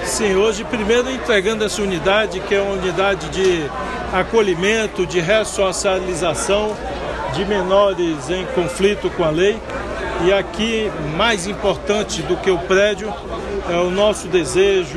Sim, hoje primeiro entregando essa unidade, que é uma unidade de acolhimento, de ressocialização de menores em conflito com a lei. E aqui, mais importante do que o prédio, é o nosso desejo,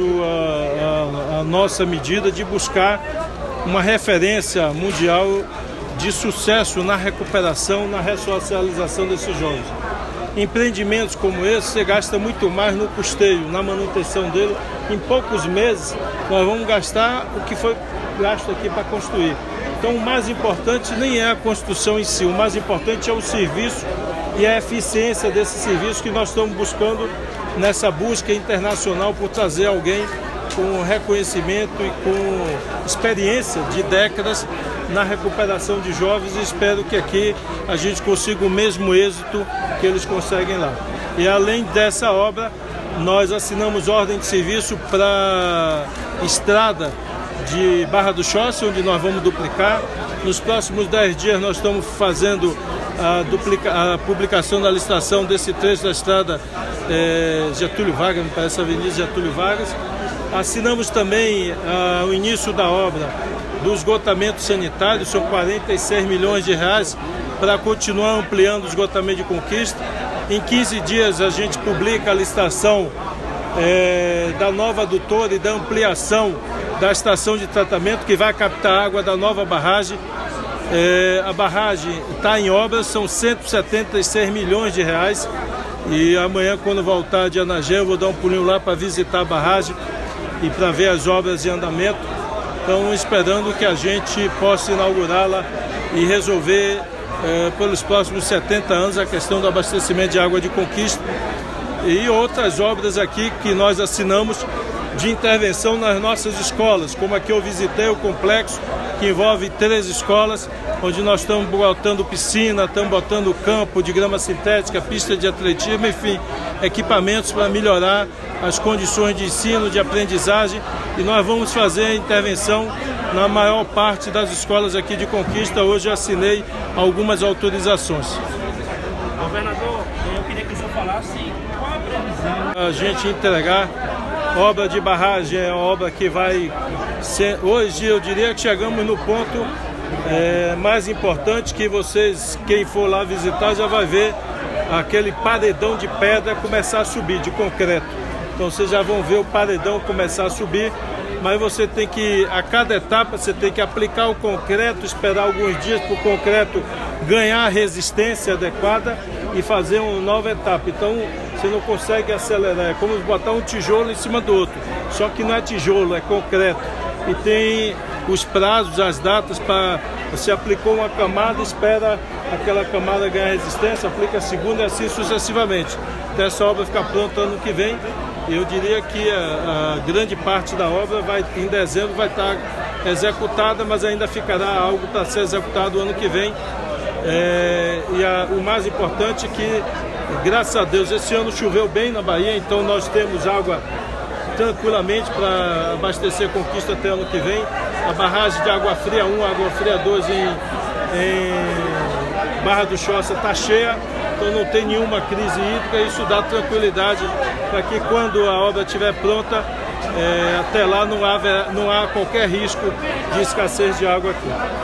a nossa medida de buscar uma referência mundial de sucesso na recuperação, na ressocialização desses jovens. Empreendimentos como esse, você gasta muito mais no custeio, na manutenção dele. Em poucos meses, nós vamos gastar o que foi gasto aqui para construir. Então, o mais importante nem é a construção em si, o mais importante é o serviço e a eficiência desse serviço que nós estamos buscando nessa busca internacional por trazer alguém com reconhecimento e com experiência de décadas na recuperação de jovens, e espero que aqui a gente consiga o mesmo êxito que eles conseguem lá. E além dessa obra, nós assinamos ordem de serviço para estrada de Barra do Choça, onde nós vamos duplicar. Nos próximos 10 dias nós estamos fazendo a publicação da licitação desse trecho da estrada Getúlio Vargas, me parece, a Avenida Getúlio Vargas. Assinamos também o início da obra do esgotamento sanitário, são 46 milhões de reais para continuar ampliando o esgotamento de Conquista. Em 15 dias a gente publica a licitação da nova adutora e da ampliação da estação de tratamento que vai captar água da nova barragem. A barragem está em obras, são 176 milhões de reais. E amanhã, quando voltar de Anagé, eu vou dar um pulinho lá para visitar a barragem e para ver as obras em andamento. Então, esperando que a gente possa inaugurá-la e resolver pelos próximos 70 anos a questão do abastecimento de água de Conquista e outras obras aqui que nós assinamos de intervenção nas nossas escolas, como aqui eu visitei o complexo que envolve 3 escolas, onde nós estamos botando piscina, estamos botando campo de grama sintética, pista de atletismo, enfim, equipamentos para melhorar as condições de ensino, de aprendizagem, e nós vamos fazer a intervenção na maior parte das escolas aqui de Conquista. Hoje eu assinei algumas autorizações. Governador, eu queria que o senhor falasse qual a previsão. A gente entregar obra de barragem é uma obra que vai ser, hoje eu diria que chegamos no ponto mais importante, que vocês, quem for lá visitar, já vai ver aquele paredão de pedra começar a subir, de concreto. Então vocês já vão ver o paredão começar a subir, mas você tem que, a cada etapa, você tem que aplicar o concreto, esperar alguns dias para o concreto ganhar a resistência adequada e fazer uma nova etapa. Então você não consegue acelerar, é como botar um tijolo em cima do outro, só que não é tijolo, é concreto. E tem os prazos, as datas para... Você aplicou uma camada, espera aquela camada ganhar resistência, aplica a segunda e assim sucessivamente. Até essa obra ficar pronta ano que vem. Eu diria que a grande parte da obra em dezembro vai estar executada, mas ainda ficará algo para ser executado ano que vem. O mais importante é que, graças a Deus, esse ano choveu bem na Bahia, então nós temos água tranquilamente para abastecer Conquista até ano que vem. A barragem de Água Fria 1, Água Fria 2 em Barra do Choça está cheia, então não tem nenhuma crise hídrica. Isso dá tranquilidade para que, quando a obra estiver pronta, até lá não há qualquer risco de escassez de água aqui.